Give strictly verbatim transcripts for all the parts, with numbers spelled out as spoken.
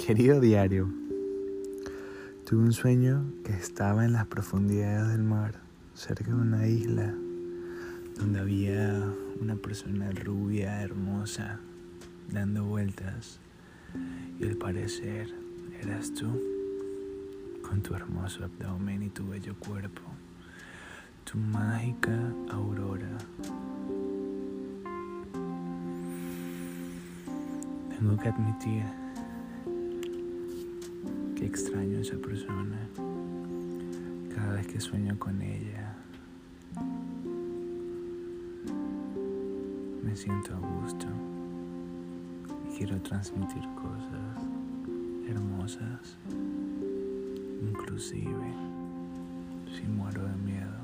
Querido diario, tuve un sueño que estaba en las profundidades del mar, cerca de una isla, donde había una persona rubia, hermosa, dando vueltas, y al parecer eras tú, con tu hermoso abdomen y tu bello cuerpo, tu mágica aurora. Tengo que admitir que extraño a esa persona. Cada vez que sueño con ella, me siento a gusto y quiero transmitir cosas hermosas, inclusive si muero de miedo.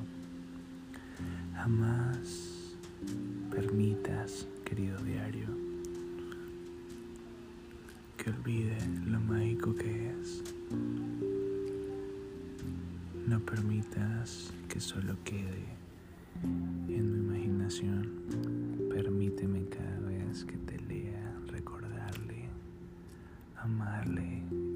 Jamás permitas, querido diario, que olvide lo mágico que es. No permitas que solo quede en mi imaginación. Permíteme cada vez que te lea recordarle, amarle